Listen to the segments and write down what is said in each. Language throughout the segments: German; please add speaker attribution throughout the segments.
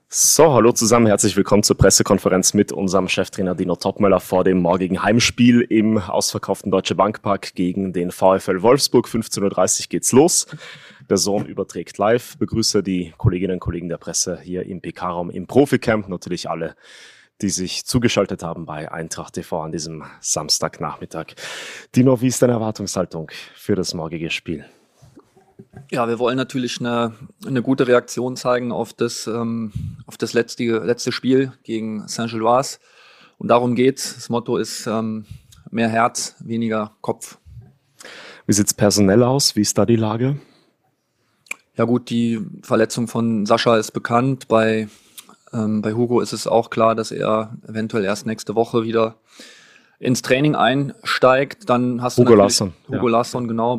Speaker 1: So, hallo zusammen, herzlich willkommen zur Pressekonferenz mit unserem Cheftrainer Dino Topmöller vor dem morgigen Heimspiel im ausverkauften Deutsche Bank Park gegen den VfL Wolfsburg. 15:30 Uhr geht's los. Der Sohn überträgt live. Begrüße die Kolleginnen und Kollegen der Presse hier im PK-Raum im Proficamp. Natürlich alle, die sich zugeschaltet haben bei Eintracht TV an diesem Samstagnachmittag. Dino, wie ist deine Erwartungshaltung für das morgige Spiel?
Speaker 2: Ja, wir wollen natürlich eine gute Reaktion zeigen auf das letzte Spiel gegen Saint-Gilloise. Und darum geht's. Das Motto ist mehr Herz, weniger Kopf.
Speaker 1: Wie sieht's personell aus? Wie ist da die Lage?
Speaker 2: Ja gut, die Verletzung von Sascha ist bekannt. Bei Hugo ist es auch klar, dass er eventuell erst nächste Woche wieder ins Training einsteigt. Dann hast du
Speaker 1: Hugo Larsson.
Speaker 2: Hugo Larsson, genau,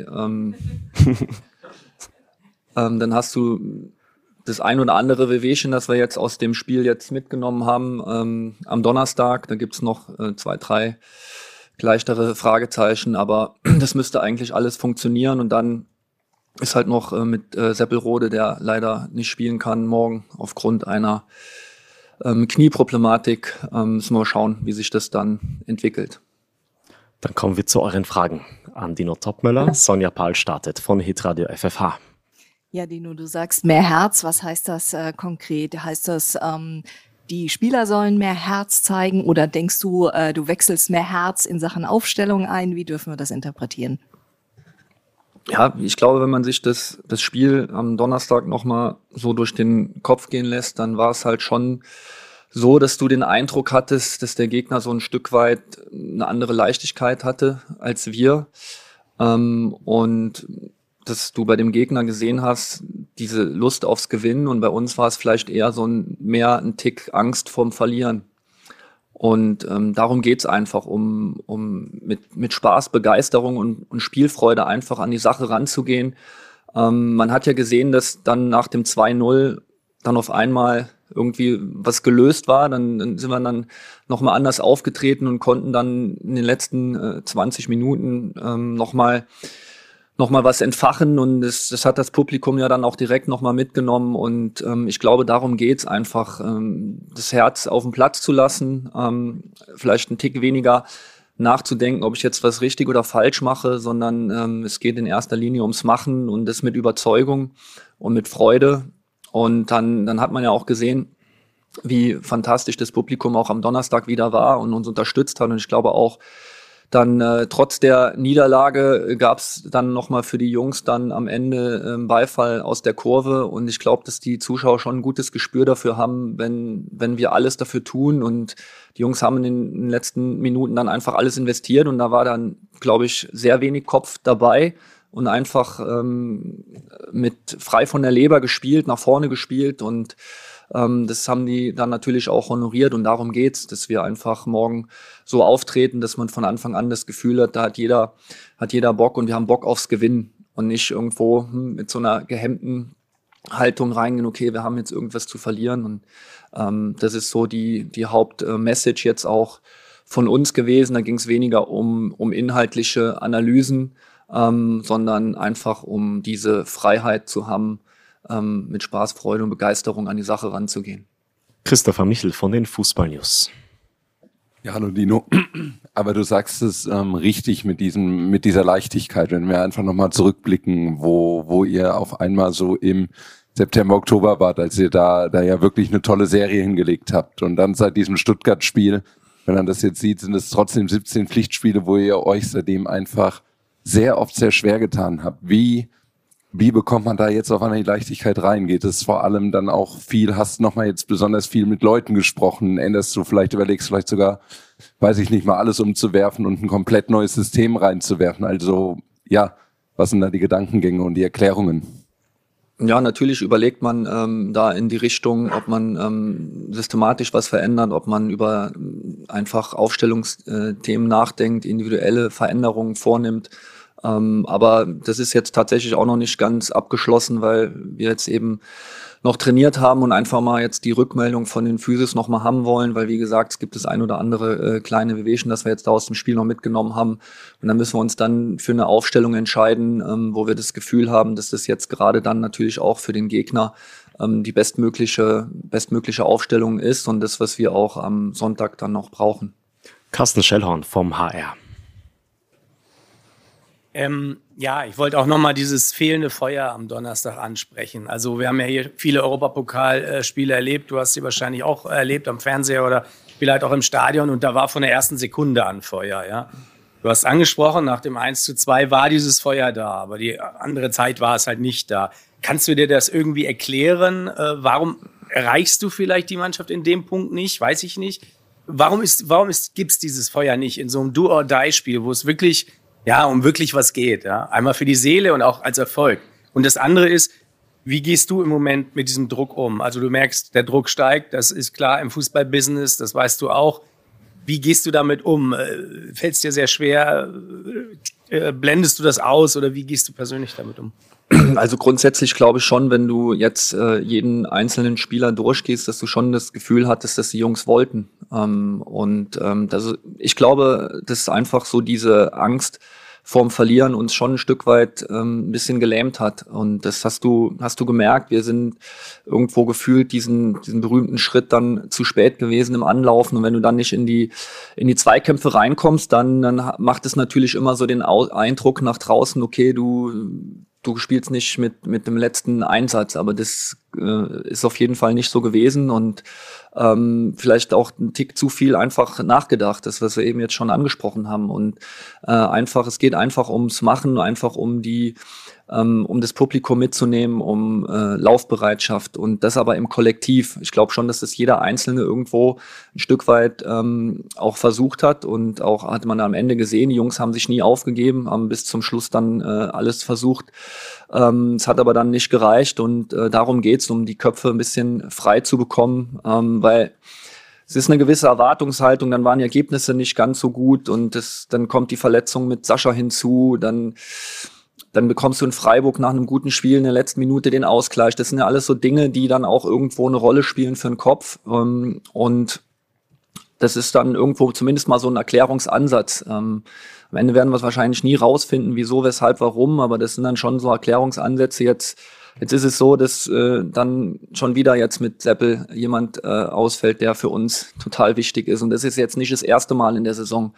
Speaker 2: dann hast du das ein oder andere Wehwehchen, das wir jetzt aus dem Spiel jetzt mitgenommen haben am Donnerstag. Da gibt's noch 2, 3 leichtere Fragezeichen, aber das müsste eigentlich alles funktionieren. Und dann ist halt noch mit Seppelrode, der leider nicht spielen kann, morgen aufgrund einer Knieproblematik. Müssen wir schauen, wie sich das dann entwickelt.
Speaker 1: Dann kommen wir zu euren Fragen an Dino Topmöller. Sonja Pahl startet von Hitradio FFH.
Speaker 3: Ja, Dino, du sagst mehr Herz. Was heißt das konkret? Heißt das, die Spieler sollen mehr Herz zeigen oder denkst du, du wechselst mehr Herz in Sachen Aufstellung ein? Wie dürfen wir das interpretieren?
Speaker 2: Ja, ich glaube, wenn man sich das Spiel am Donnerstag nochmal so durch den Kopf gehen lässt, dann war es halt schon so, dass du den Eindruck hattest, dass der Gegner so ein Stück weit eine andere Leichtigkeit hatte als wir. Und dass du bei dem Gegner gesehen hast, diese Lust aufs Gewinnen, und bei uns war es vielleicht eher so ein Tick Angst vorm Verlieren. Und darum geht's einfach, um mit Spaß, Begeisterung und Spielfreude einfach an die Sache ranzugehen. Man hat ja gesehen, dass dann nach dem 2-0 dann auf einmal irgendwie was gelöst war. Dann sind wir dann nochmal anders aufgetreten und konnten dann in den letzten 20 Minuten nochmal was entfachen, und das hat das Publikum ja dann auch direkt nochmal mitgenommen, und ich glaube, darum geht's einfach, das Herz auf den Platz zu lassen, vielleicht einen Tick weniger nachzudenken, ob ich jetzt was richtig oder falsch mache, sondern es geht in erster Linie ums Machen und das mit Überzeugung und mit Freude. Und dann hat man ja auch gesehen, wie fantastisch das Publikum auch am Donnerstag wieder war und uns unterstützt hat, und ich glaube auch, dann trotz der Niederlage gab's dann nochmal für die Jungs dann am Ende Beifall aus der Kurve, und ich glaube, dass die Zuschauer schon ein gutes Gespür dafür haben, wenn wir alles dafür tun, und die Jungs haben in den letzten Minuten dann einfach alles investiert, und da war dann, glaube ich, sehr wenig Kopf dabei und einfach mit frei von der Leber gespielt, nach vorne gespielt, und das haben die dann natürlich auch honoriert, und darum geht's, dass wir einfach morgen so auftreten, dass man von Anfang an das Gefühl hat, da hat jeder Bock, und wir haben Bock aufs Gewinnen und nicht irgendwo mit so einer gehemmten Haltung reingehen, okay, wir haben jetzt irgendwas zu verlieren, und das ist so die Hauptmessage jetzt auch von uns gewesen. Da ging es weniger um inhaltliche Analysen, sondern einfach um diese Freiheit zu haben, mit Spaß, Freude und Begeisterung an die Sache ranzugehen.
Speaker 1: Christopher Michel von den Fußballnews.
Speaker 4: Ja, hallo Dino. Aber du sagst es richtig mit dieser Leichtigkeit, wenn wir einfach nochmal zurückblicken, wo ihr auf einmal so im September, Oktober wart, als ihr da ja wirklich eine tolle Serie hingelegt habt. Und dann seit diesem Stuttgart-Spiel, wenn man das jetzt sieht, sind es trotzdem 17 Pflichtspiele, wo ihr euch seitdem einfach sehr oft sehr schwer getan habt. Wie bekommt man da jetzt auf einmal die Leichtigkeit rein? Geht es vor allem dann auch viel, hast nochmal jetzt besonders viel mit Leuten gesprochen, überlegst vielleicht sogar, weiß ich nicht, mal alles umzuwerfen und ein komplett neues System reinzuwerfen. Also ja, was sind da die Gedankengänge und die Erklärungen?
Speaker 2: Ja, natürlich überlegt man da in die Richtung, ob man systematisch was verändert, ob man über einfach Aufstellungsthemen nachdenkt, individuelle Veränderungen vornimmt. Aber das ist jetzt tatsächlich auch noch nicht ganz abgeschlossen, weil wir jetzt eben noch trainiert haben und einfach mal jetzt die Rückmeldung von den Physios noch mal haben wollen, weil wie gesagt, es gibt das ein oder andere kleine Wehwehchen, das wir jetzt da aus dem Spiel noch mitgenommen haben. Und dann müssen wir uns dann für eine Aufstellung entscheiden, wo wir das Gefühl haben, dass das jetzt gerade dann natürlich auch für den Gegner die bestmögliche Aufstellung ist und das, was wir auch am Sonntag dann noch brauchen.
Speaker 1: Carsten Schellhorn vom HR.
Speaker 5: Ja, ich wollte auch nochmal dieses fehlende Feuer am Donnerstag ansprechen. Also wir haben ja hier viele Europapokalspiele erlebt. Du hast sie wahrscheinlich auch erlebt am Fernseher oder vielleicht auch im Stadion. Und da war von der ersten Sekunde an Feuer. Ja, du hast angesprochen, nach dem 1:2 war dieses Feuer da. Aber die andere Zeit war es halt nicht da. Kannst du dir das irgendwie erklären? Warum erreichst du vielleicht die Mannschaft in dem Punkt nicht? Weiß ich nicht. Warum gibt's dieses Feuer nicht in so einem Do-or-Die-Spiel, wo es wirklich um wirklich was geht, ja. Einmal für die Seele und auch als Erfolg. Und das andere ist, wie gehst du im Moment mit diesem Druck um? Also du merkst, der Druck steigt, das ist klar im Fußballbusiness, das weißt du auch. Wie gehst du damit um? Fällt es dir sehr schwer? Blendest du das aus oder wie gehst du persönlich damit um?
Speaker 2: Also grundsätzlich glaube ich schon, wenn du jetzt jeden einzelnen Spieler durchgehst, dass du schon das Gefühl hattest, dass die Jungs wollten. Ich glaube, dass einfach so diese Angst vorm Verlieren uns schon ein Stück weit ein bisschen gelähmt hat. Und das hast du gemerkt. Wir sind irgendwo gefühlt diesen berühmten Schritt dann zu spät gewesen im Anlaufen. Und wenn du dann nicht in die Zweikämpfe reinkommst, dann macht es natürlich immer so den Eindruck nach draußen, okay, du spielst nicht mit dem letzten Einsatz, aber das ist auf jeden Fall nicht so gewesen und vielleicht auch ein Tick zu viel einfach nachgedacht, das, was wir eben jetzt schon angesprochen haben und es geht einfach ums Machen, einfach um das Publikum mitzunehmen, um Laufbereitschaft und das aber im Kollektiv. Ich glaube schon, dass das jeder Einzelne irgendwo ein Stück weit auch versucht hat und auch hat man am Ende gesehen, die Jungs haben sich nie aufgegeben, haben bis zum Schluss dann alles versucht. Es hat aber dann nicht gereicht und darum geht's, um die Köpfe ein bisschen frei zu bekommen, weil es ist eine gewisse Erwartungshaltung, dann waren die Ergebnisse nicht ganz so gut und dann kommt die Verletzung mit Sascha hinzu, dann bekommst du in Freiburg nach einem guten Spiel in der letzten Minute den Ausgleich. Das sind ja alles so Dinge, die dann auch irgendwo eine Rolle spielen für den Kopf. Und das ist dann irgendwo zumindest mal so ein Erklärungsansatz. Am Ende werden wir es wahrscheinlich nie rausfinden, wieso, weshalb, warum. Aber das sind dann schon so Erklärungsansätze. Jetzt ist es so, dass dann schon wieder jetzt mit Seppel jemand ausfällt, der für uns total wichtig ist. Und das ist jetzt nicht das erste Mal in der Saison.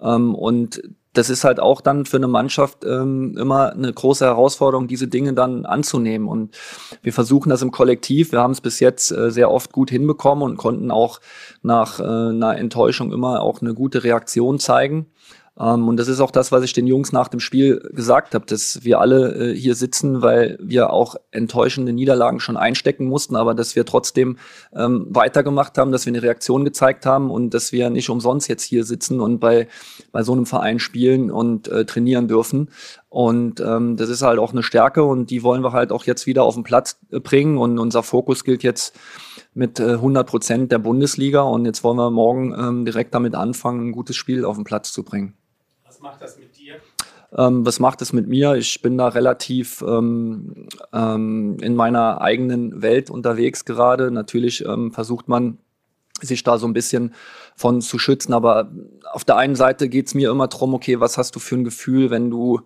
Speaker 2: Und das ist halt auch dann für eine Mannschaft immer eine große Herausforderung, diese Dinge dann anzunehmen. Und wir versuchen das im Kollektiv. Wir haben es bis jetzt sehr oft gut hinbekommen und konnten auch nach einer Enttäuschung immer auch eine gute Reaktion zeigen. Und das ist auch das, was ich den Jungs nach dem Spiel gesagt habe, dass wir alle hier sitzen, weil wir auch enttäuschende Niederlagen schon einstecken mussten, aber dass wir trotzdem weitergemacht haben, dass wir eine Reaktion gezeigt haben und dass wir nicht umsonst jetzt hier sitzen und bei so einem Verein spielen und trainieren dürfen. Und das ist halt auch eine Stärke und die wollen wir halt auch jetzt wieder auf den Platz bringen und unser Fokus gilt jetzt mit 100% der Bundesliga und jetzt wollen wir morgen direkt damit anfangen, ein gutes Spiel auf den Platz zu bringen.
Speaker 5: Was macht das mit dir?
Speaker 2: Was macht es mit mir? Ich bin da relativ in meiner eigenen Welt unterwegs gerade. Natürlich versucht man, sich da so ein bisschen von zu schützen. Aber auf der einen Seite geht es mir immer darum, okay, was hast du für ein Gefühl, wenn du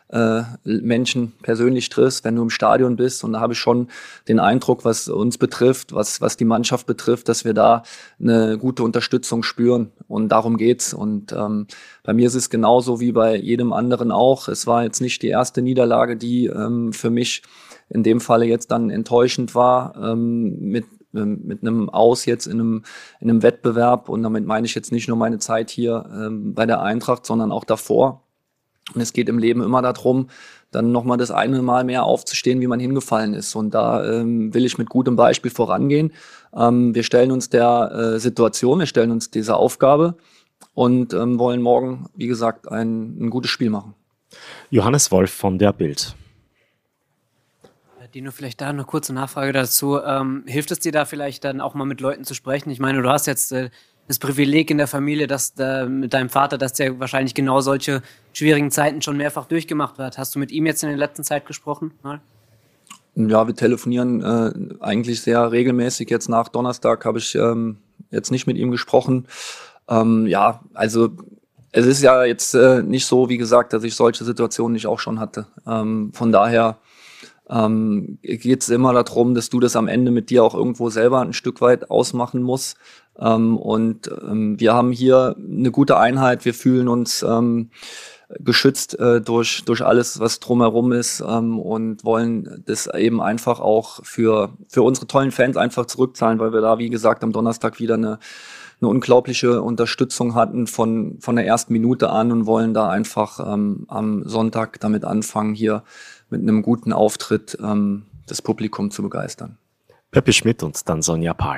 Speaker 2: Menschen persönlich triffst, wenn du im Stadion bist. Und da habe ich schon den Eindruck, was uns betrifft, was die Mannschaft betrifft, dass wir da eine gute Unterstützung spüren. Und darum geht's. Und bei mir ist es genauso wie bei jedem anderen auch. Es war jetzt nicht die erste Niederlage, die für mich in dem Falle jetzt dann enttäuschend war, mit einem Aus jetzt in einem Wettbewerb. Und damit meine ich jetzt nicht nur meine Zeit hier bei der Eintracht, sondern auch davor. Und es geht im Leben immer darum, dann nochmal das eine Mal mehr aufzustehen, wie man hingefallen ist. Und da will ich mit gutem Beispiel vorangehen. Wir stellen uns der Situation, wir stellen uns dieser Aufgabe und wollen morgen, wie gesagt, ein gutes Spiel machen.
Speaker 1: Johannes Wolf von der Bild.
Speaker 6: Dino, vielleicht da eine kurze Nachfrage dazu. Hilft es dir da vielleicht dann auch mal mit Leuten zu sprechen? Ich meine, du hast jetzt das Privileg in der Familie, dass mit deinem Vater, dass der wahrscheinlich genau solche schwierigen Zeiten schon mehrfach durchgemacht hat. Hast du mit ihm jetzt in der letzten Zeit gesprochen? Mal?
Speaker 2: Ja, wir telefonieren eigentlich sehr regelmäßig. Jetzt nach Donnerstag habe ich jetzt nicht mit ihm gesprochen. Ja, also es ist ja jetzt nicht so, wie gesagt, dass ich solche Situationen nicht auch schon hatte. Von daher geht es immer darum, dass du das am Ende mit dir auch irgendwo selber ein Stück weit ausmachen musst. Wir haben hier eine gute Einheit. Wir fühlen uns geschützt durch alles, was drumherum ist, und wollen das eben einfach auch für unsere tollen Fans einfach zurückzahlen, weil wir da, wie gesagt, am Donnerstag wieder eine unglaubliche Unterstützung hatten von der ersten Minute an und wollen da einfach am Sonntag damit anfangen, hier mit einem guten Auftritt das Publikum zu begeistern.
Speaker 1: Peppe Schmidt und dann Sonja Pahl.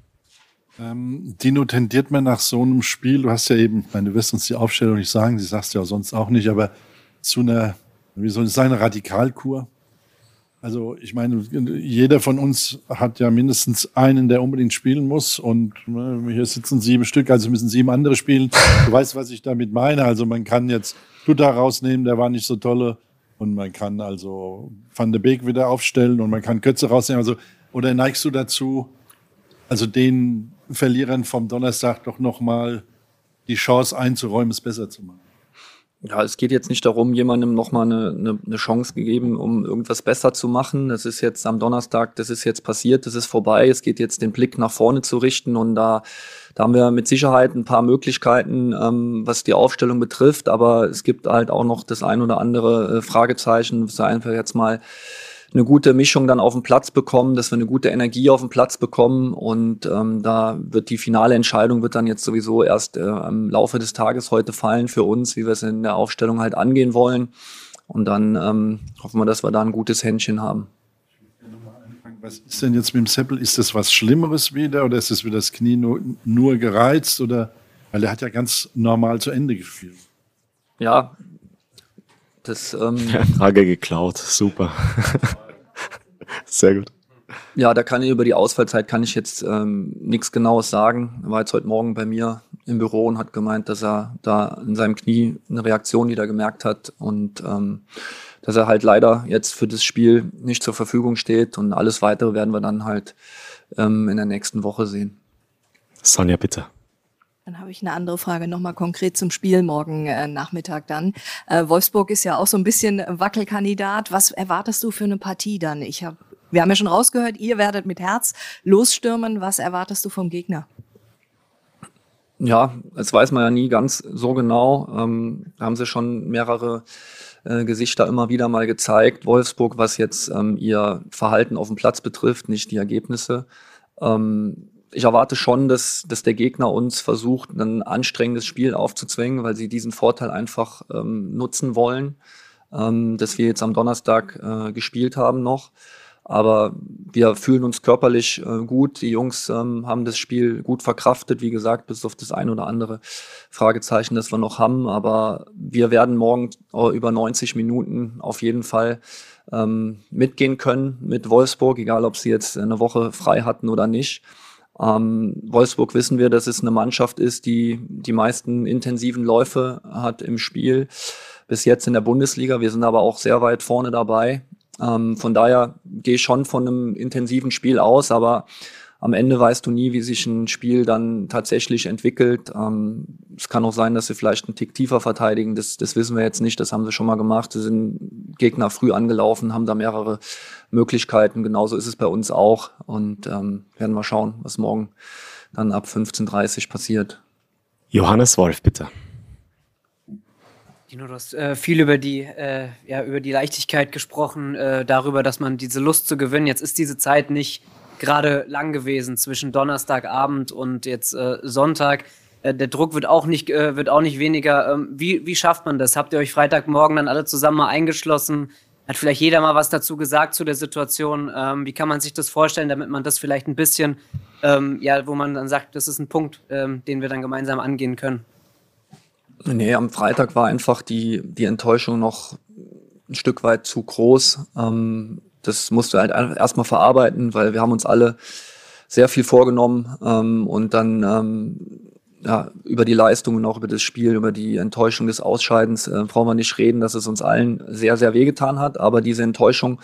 Speaker 7: Dino, tendiert man nach so einem Spiel, du hast ja eben, du wirst uns die Aufstellung nicht sagen, sie sagst ja auch sonst auch nicht, aber zu einer, wie soll ich sagen, eine Radikalkur? Also ich meine, jeder von uns hat ja mindestens einen, der unbedingt spielen muss, und hier sitzen 7 Stück, also müssen 7 andere spielen. Du weißt, was ich damit meine. Also man kann jetzt Tuta rausnehmen, der war nicht so tolle, und man kann also Van de Beek wieder aufstellen und man kann Kötze rausnehmen. Also, oder neigst du dazu, also den Verlierern vom Donnerstag doch nochmal die Chance einzuräumen, es besser zu machen?
Speaker 2: Ja, es geht jetzt nicht darum, jemandem nochmal eine Chance gegeben, um irgendwas besser zu machen. Das ist jetzt am Donnerstag, das ist jetzt passiert, das ist vorbei. Es geht jetzt, den Blick nach vorne zu richten, und da haben wir mit Sicherheit ein paar Möglichkeiten, was die Aufstellung betrifft. Aber es gibt halt auch noch das ein oder andere Fragezeichen, dass wir einfach jetzt mal eine gute Mischung dann auf den Platz bekommen, dass wir eine gute Energie auf den Platz bekommen, und da wird die finale Entscheidung wird dann jetzt sowieso erst im Laufe des Tages heute fallen für uns, wie wir es in der Aufstellung halt angehen wollen, und dann hoffen wir, dass wir da ein gutes Händchen haben.
Speaker 7: Was ist denn jetzt mit dem Seppel? Ist das was Schlimmeres wieder, oder ist das wieder das Knie nur gereizt, oder, weil er hat ja ganz normal zu Ende gespielt.
Speaker 2: Ja, das
Speaker 1: Frage geklaut, super. Sehr gut.
Speaker 2: Ja, da kann ich über die Ausfallzeit kann ich jetzt nichts Genaues sagen. Er war jetzt heute Morgen bei mir im Büro und hat gemeint, dass er da in seinem Knie eine Reaktion wieder gemerkt hat, und dass er halt leider jetzt für das Spiel nicht zur Verfügung steht, und alles Weitere werden wir dann halt in der nächsten Woche sehen.
Speaker 1: Sonja, bitte.
Speaker 3: Dann habe ich eine andere Frage, nochmal konkret zum Spiel morgen Nachmittag dann. Wolfsburg ist ja auch so ein bisschen Wackelkandidat. Was erwartest du für eine Partie dann? Wir haben ja schon rausgehört, ihr werdet mit Herz losstürmen. Was erwartest du vom Gegner?
Speaker 2: Ja, das weiß man ja nie ganz so genau. Da haben sie schon mehrere Gesichter immer wieder mal gezeigt. Wolfsburg, was jetzt ihr Verhalten auf dem Platz betrifft, nicht die Ergebnisse. Ich erwarte schon, dass der Gegner uns versucht, ein anstrengendes Spiel aufzuzwingen, weil sie diesen Vorteil einfach nutzen wollen, dass wir jetzt am Donnerstag gespielt haben noch. Aber wir fühlen uns körperlich gut. Die Jungs haben das Spiel gut verkraftet, wie gesagt, bis auf das ein oder andere Fragezeichen, das wir noch haben. Aber wir werden morgen über 90 Minuten auf jeden Fall mitgehen können mit Wolfsburg, egal ob sie jetzt eine Woche frei hatten oder nicht. Wolfsburg wissen wir, dass es eine Mannschaft ist, die die meisten intensiven Läufe hat im Spiel bis jetzt in der Bundesliga. Wir sind aber auch sehr weit vorne dabei. Von daher gehe ich schon von einem intensiven Spiel aus, aber am Ende weißt du nie, wie sich ein Spiel dann tatsächlich entwickelt. Es kann auch sein, dass sie vielleicht einen Tick tiefer verteidigen. Das wissen wir jetzt nicht. Das haben sie schon mal gemacht. Sie sind Gegner früh angelaufen, haben da mehrere Möglichkeiten. Genauso ist es bei uns auch. Und werden wir schauen, was morgen dann ab 15:30 Uhr passiert.
Speaker 1: Johannes Wolf, bitte.
Speaker 6: Dino, du hast viel über die Leichtigkeit gesprochen, darüber, dass man diese Lust zu gewinnen. Jetzt ist diese Zeit nicht gerade lang gewesen zwischen Donnerstagabend und jetzt Sonntag. Der Druck wird auch nicht weniger. Wie schafft man das? Habt ihr euch Freitagmorgen dann alle zusammen mal eingeschlossen? Hat vielleicht jeder mal was dazu gesagt zu der Situation? Wie kann man sich das vorstellen, damit man das vielleicht ein bisschen, wo man dann sagt, das ist ein Punkt, den wir dann gemeinsam angehen können?
Speaker 2: Nee, am Freitag war einfach die Enttäuschung noch ein Stück weit zu groß. Das musst du halt erstmal verarbeiten, weil wir haben uns alle sehr viel vorgenommen, und dann über die Leistung und auch über das Spiel, über die Enttäuschung des Ausscheidens brauchen wir nicht reden, dass es uns allen sehr, sehr wehgetan hat. Aber diese Enttäuschung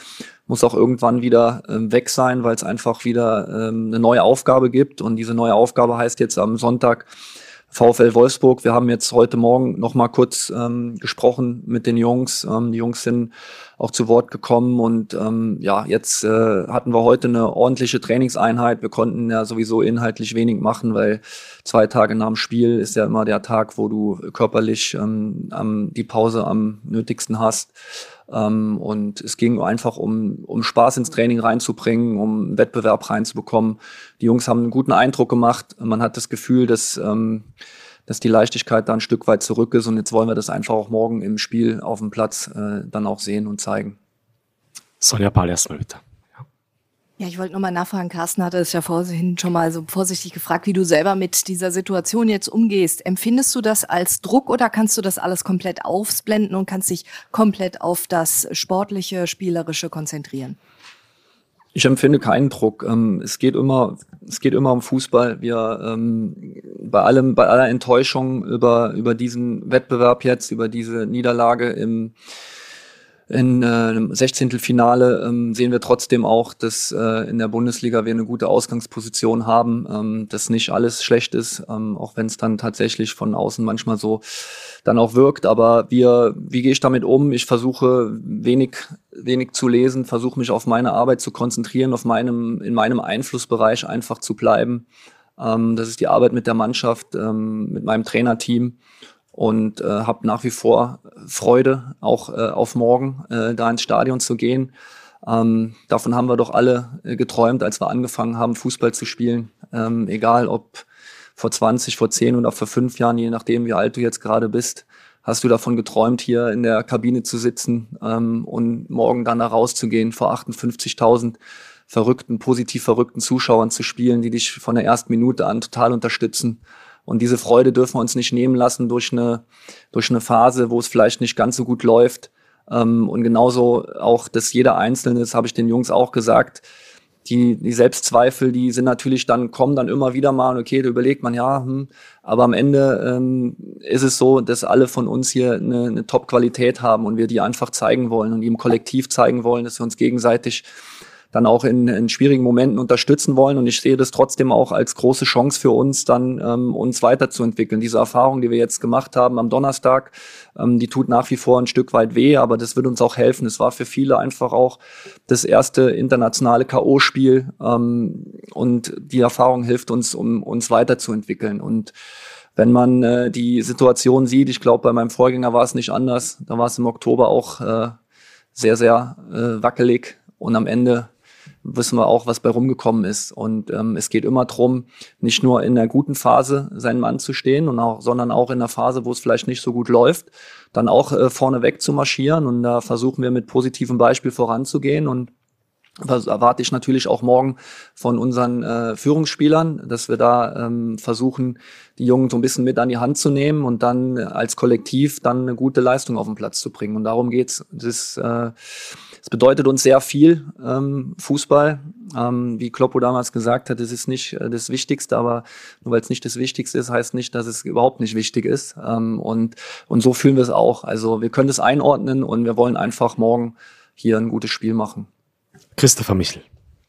Speaker 2: muss auch irgendwann wieder weg sein, weil es einfach wieder eine neue Aufgabe gibt. Und diese neue Aufgabe heißt jetzt am Sonntag VfL Wolfsburg. Wir haben jetzt heute Morgen noch mal kurz gesprochen mit den Jungs. Die Jungs sind auch zu Wort gekommen und jetzt hatten wir heute eine ordentliche Trainingseinheit. Wir konnten ja sowieso inhaltlich wenig machen, weil 2 Tage nach dem Spiel ist ja immer der Tag, wo du körperlich die Pause am nötigsten hast. Und es ging einfach um Spaß ins Training reinzubringen, um einen Wettbewerb reinzubekommen. Die Jungs haben einen guten Eindruck gemacht. Man hat das Gefühl, dass die Leichtigkeit da ein Stück weit zurück ist. Und jetzt wollen wir das einfach auch morgen im Spiel auf dem Platz dann auch sehen und zeigen.
Speaker 1: Sonja Pahl erstmal bitte.
Speaker 3: Ja, ich wollte nochmal nachfragen, Carsten hatte es ja vorhin schon mal so vorsichtig gefragt, wie du selber mit dieser Situation jetzt umgehst. Empfindest du das als Druck oder kannst du das alles komplett ausblenden und kannst dich komplett auf das Sportliche, Spielerische konzentrieren?
Speaker 2: Ich empfinde keinen Druck. Es geht immer um Fußball. Wir bei aller Enttäuschung über diesen Wettbewerb jetzt, über diese Niederlage im 16. Finale sehen wir trotzdem auch, dass in der Bundesliga wir eine gute Ausgangsposition haben, dass nicht alles schlecht ist, auch wenn es dann tatsächlich von außen manchmal so dann auch wirkt. Aber wie gehe ich damit um? Ich versuche wenig zu lesen, versuche mich auf meine Arbeit zu konzentrieren, in meinem Einflussbereich einfach zu bleiben. Das ist die Arbeit mit der Mannschaft, mit meinem Trainerteam. Und habe nach wie vor Freude, auch auf morgen da ins Stadion zu gehen. Davon haben wir doch alle geträumt, als wir angefangen haben, Fußball zu spielen. Egal ob vor 20, vor 10 oder vor 5 Jahren, je nachdem, wie alt du jetzt gerade bist, hast du davon geträumt, hier in der Kabine zu sitzen und morgen dann da rauszugehen, vor 58.000 positiv verrückten Zuschauern zu spielen, die dich von der ersten Minute an total unterstützen. Und diese Freude dürfen wir uns nicht nehmen lassen durch eine Phase, wo es vielleicht nicht ganz so gut läuft. Und genauso auch, dass jeder Einzelne, das habe ich den Jungs auch gesagt, die Selbstzweifel, die sind natürlich kommen dann immer wieder mal, okay, da überlegt man, aber am Ende ist es so, dass alle von uns hier eine Top-Qualität haben und wir die einfach zeigen wollen und die im Kollektiv zeigen wollen, dass wir uns gegenseitig dann auch in schwierigen Momenten unterstützen wollen. Und ich sehe das trotzdem auch als große Chance für uns, dann uns weiterzuentwickeln. Diese Erfahrung, die wir jetzt gemacht haben am Donnerstag, die tut nach wie vor ein Stück weit weh, aber das wird uns auch helfen. Es war für viele einfach auch das erste internationale K.O.-Spiel und die Erfahrung hilft uns, um uns weiterzuentwickeln. Und wenn man die Situation sieht, ich glaube, bei meinem Vorgänger war es nicht anders, da war es im Oktober auch sehr, sehr wackelig und am Ende wissen wir auch, was bei rumgekommen ist. Und es geht immer darum, nicht nur in der guten Phase seinen Mann zu stehen, sondern auch in der Phase, wo es vielleicht nicht so gut läuft, dann auch vorneweg zu marschieren. Und da versuchen wir mit positivem Beispiel voranzugehen. Und das erwarte ich natürlich auch morgen von unseren Führungsspielern, dass wir da versuchen, die Jungen so ein bisschen mit an die Hand zu nehmen und dann als Kollektiv dann eine gute Leistung auf den Platz zu bringen. Und darum geht's. Es bedeutet uns sehr viel, Fußball. Wie Kloppo damals gesagt hat, es ist nicht das Wichtigste, aber nur weil es nicht das Wichtigste ist, heißt nicht, dass es überhaupt nicht wichtig ist. Und so fühlen wir es auch. Also wir können es einordnen und wir wollen einfach morgen hier ein gutes Spiel machen.
Speaker 1: Christopher Michel.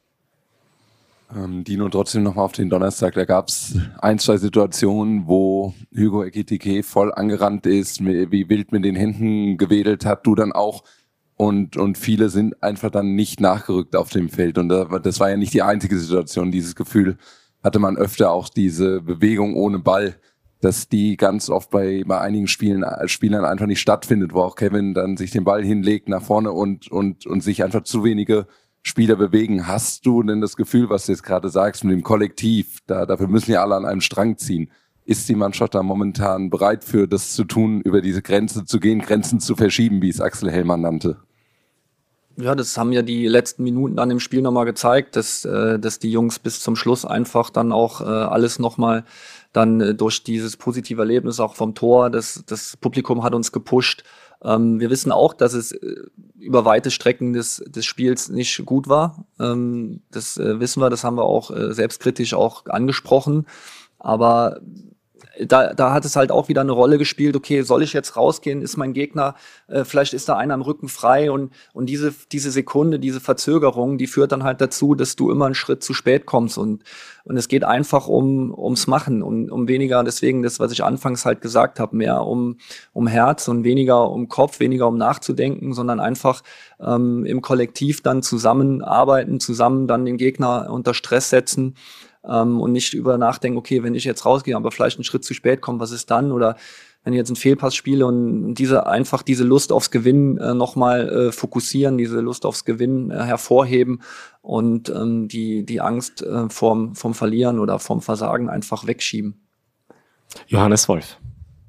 Speaker 4: Dino, trotzdem nochmal auf den Donnerstag. Da gab es 1, 2 Situationen, wo Hugo Ekitike voll angerannt ist, wie wild mit den Händen gewedelt hat, du dann auch. Und viele sind einfach dann nicht nachgerückt auf dem Feld. Und das war ja nicht die einzige Situation. Dieses Gefühl hatte man öfter, auch diese Bewegung ohne Ball, dass die ganz oft bei einigen Spielern einfach nicht stattfindet, wo auch Kevin dann sich den Ball hinlegt nach vorne und sich einfach zu wenige Spieler bewegen. Hast du denn das Gefühl, was du jetzt gerade sagst, mit dem Kollektiv, dafür müssen ja alle an einem Strang ziehen? Ist die Mannschaft da momentan bereit für das zu tun, über diese Grenze zu gehen, Grenzen zu verschieben, wie es Axel Hellmann nannte?
Speaker 2: Ja, das haben ja die letzten Minuten dann im Spiel nochmal gezeigt, dass die Jungs bis zum Schluss einfach dann auch alles nochmal dann durch dieses positive Erlebnis auch vom Tor, das Publikum hat uns gepusht. Wir wissen auch, dass es über weite Strecken des Spiels nicht gut war. Das wissen wir, das haben wir auch selbstkritisch auch angesprochen. Aber da hat es halt auch wieder eine Rolle gespielt, okay, soll ich jetzt rausgehen, ist mein Gegner, vielleicht ist da einer am Rücken frei und diese Sekunde, diese Verzögerung, die führt dann halt dazu, dass du immer einen Schritt zu spät kommst und es geht einfach ums Machen, um weniger, deswegen das, was ich anfangs halt gesagt habe, mehr um Herz und weniger um Kopf, weniger um nachzudenken, sondern einfach im Kollektiv dann zusammenarbeiten, zusammen dann den Gegner unter Stress setzen, und nicht über nachdenken, okay, wenn ich jetzt rausgehe, aber vielleicht einen Schritt zu spät komme, was ist dann? Oder wenn ich jetzt einen Fehlpass spiele und diese Lust aufs Gewinnen nochmal fokussieren, diese Lust aufs Gewinnen hervorheben und die Angst vorm Verlieren oder vorm Versagen einfach wegschieben.
Speaker 1: Johannes Wolf.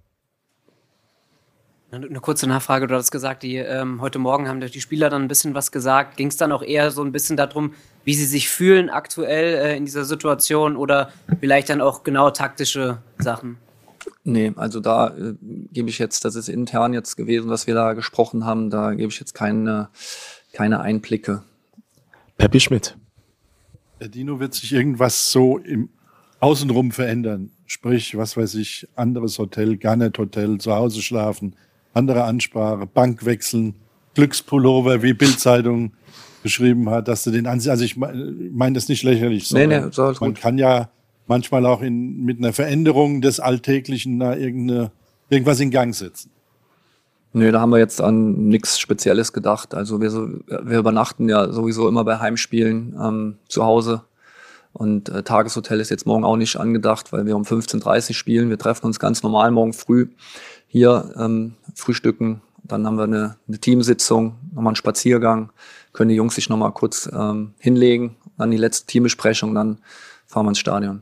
Speaker 6: Eine kurze Nachfrage, du hattest gesagt, heute Morgen haben die Spieler dann ein bisschen was gesagt. Ging es dann auch eher so ein bisschen darum, wie sie sich fühlen aktuell in dieser Situation oder vielleicht dann auch genau taktische Sachen?
Speaker 2: Nee, also da gebe ich jetzt, das ist intern jetzt gewesen, was wir da gesprochen haben, da gebe ich jetzt keine Einblicke.
Speaker 1: Peppi Schmidt.
Speaker 7: Der Dino wird sich irgendwas so im Außenrum verändern. Sprich, was weiß ich, anderes Hotel, Garnet-Hotel, zu Hause schlafen, andere Ansprache, Bank wechseln, Glückspullover, wie Bild-Zeitung geschrieben hat, dass du den ansiehst. Also ich meine das nicht lächerlich.
Speaker 2: Nee, so
Speaker 7: man kann ja manchmal auch mit einer Veränderung des Alltäglichen da irgendwas in Gang setzen.
Speaker 2: Nö, da haben wir jetzt an nichts Spezielles gedacht. Also wir übernachten ja sowieso immer bei Heimspielen zu Hause. Und Tageshotel ist jetzt morgen auch nicht angedacht, weil wir um 15:30 Uhr spielen. Wir treffen uns ganz normal morgen früh hier, frühstücken. Dann haben wir eine Teamsitzung, nochmal einen Spaziergang. Können die Jungs sich nochmal kurz hinlegen. Dann die letzte Teambesprechung, dann fahren wir ins Stadion.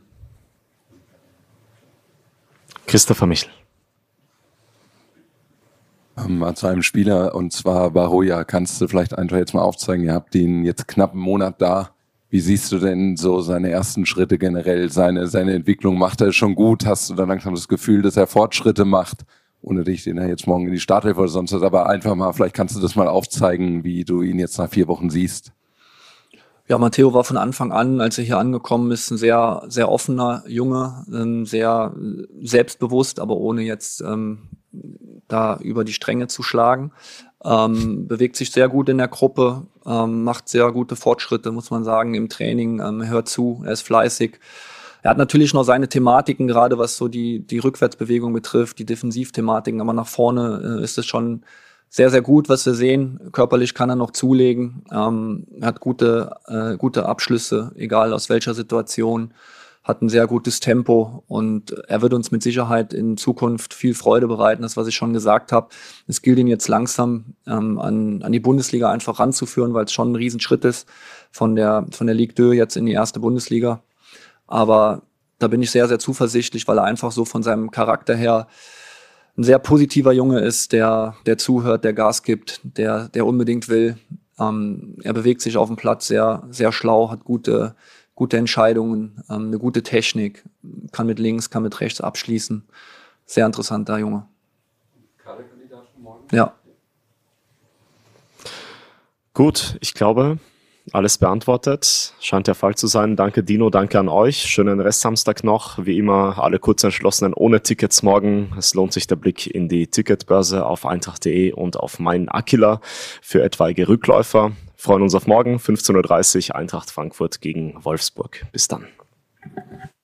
Speaker 1: Christopher Michel.
Speaker 4: Zu einem Spieler, und zwar Baroja, kannst du vielleicht einfach jetzt mal aufzeigen, ihr habt ihn jetzt knapp einen Monat da. Wie siehst du denn so seine ersten Schritte generell, seine Entwicklung? Macht er schon gut? Hast du dann langsam das Gefühl, dass er Fortschritte macht? Ohne dich, den er jetzt morgen in die Startelf oder sonst was, aber einfach mal, vielleicht kannst du das mal aufzeigen, wie du ihn jetzt nach 4 Wochen siehst.
Speaker 2: Ja, Matteo war von Anfang an, als er hier angekommen ist, ein sehr, sehr offener Junge, sehr selbstbewusst, aber ohne jetzt da über die Stränge zu schlagen. Bewegt sich sehr gut in der Gruppe, macht sehr gute Fortschritte, muss man sagen, im Training, hört zu, er ist fleißig. Er hat natürlich noch seine Thematiken, gerade was so die Rückwärtsbewegung betrifft, die Defensivthematiken, aber nach vorne ist es schon sehr, sehr gut, was wir sehen. Körperlich kann er noch zulegen, hat gute Abschlüsse, egal aus welcher Situation, hat ein sehr gutes Tempo und er wird uns mit Sicherheit in Zukunft viel Freude bereiten, das, was ich schon gesagt habe. Es gilt ihn jetzt langsam an die Bundesliga einfach ranzuführen, weil es schon ein Riesenschritt ist von der Ligue 2 jetzt in die erste Bundesliga. Aber da bin ich sehr, sehr zuversichtlich, weil er einfach so von seinem Charakter her ein sehr positiver Junge ist, der zuhört, der Gas gibt, der unbedingt will. Er bewegt sich auf dem Platz sehr, sehr schlau, hat gute Entscheidungen, eine gute Technik, kann mit links, kann mit rechts abschließen. Sehr interessanter Junge. Ja.
Speaker 1: Gut, ich glaube, alles beantwortet. Scheint der Fall zu sein. Danke Dino, danke an euch. Schönen Restsamstag noch. Wie immer, alle Kurzentschlossenen ohne Tickets morgen. Es lohnt sich der Blick in die Ticketbörse auf eintracht.de und auf mein Aquila für etwaige Rückläufer. Freuen uns auf morgen, 15:30 Uhr, Eintracht Frankfurt gegen Wolfsburg. Bis dann.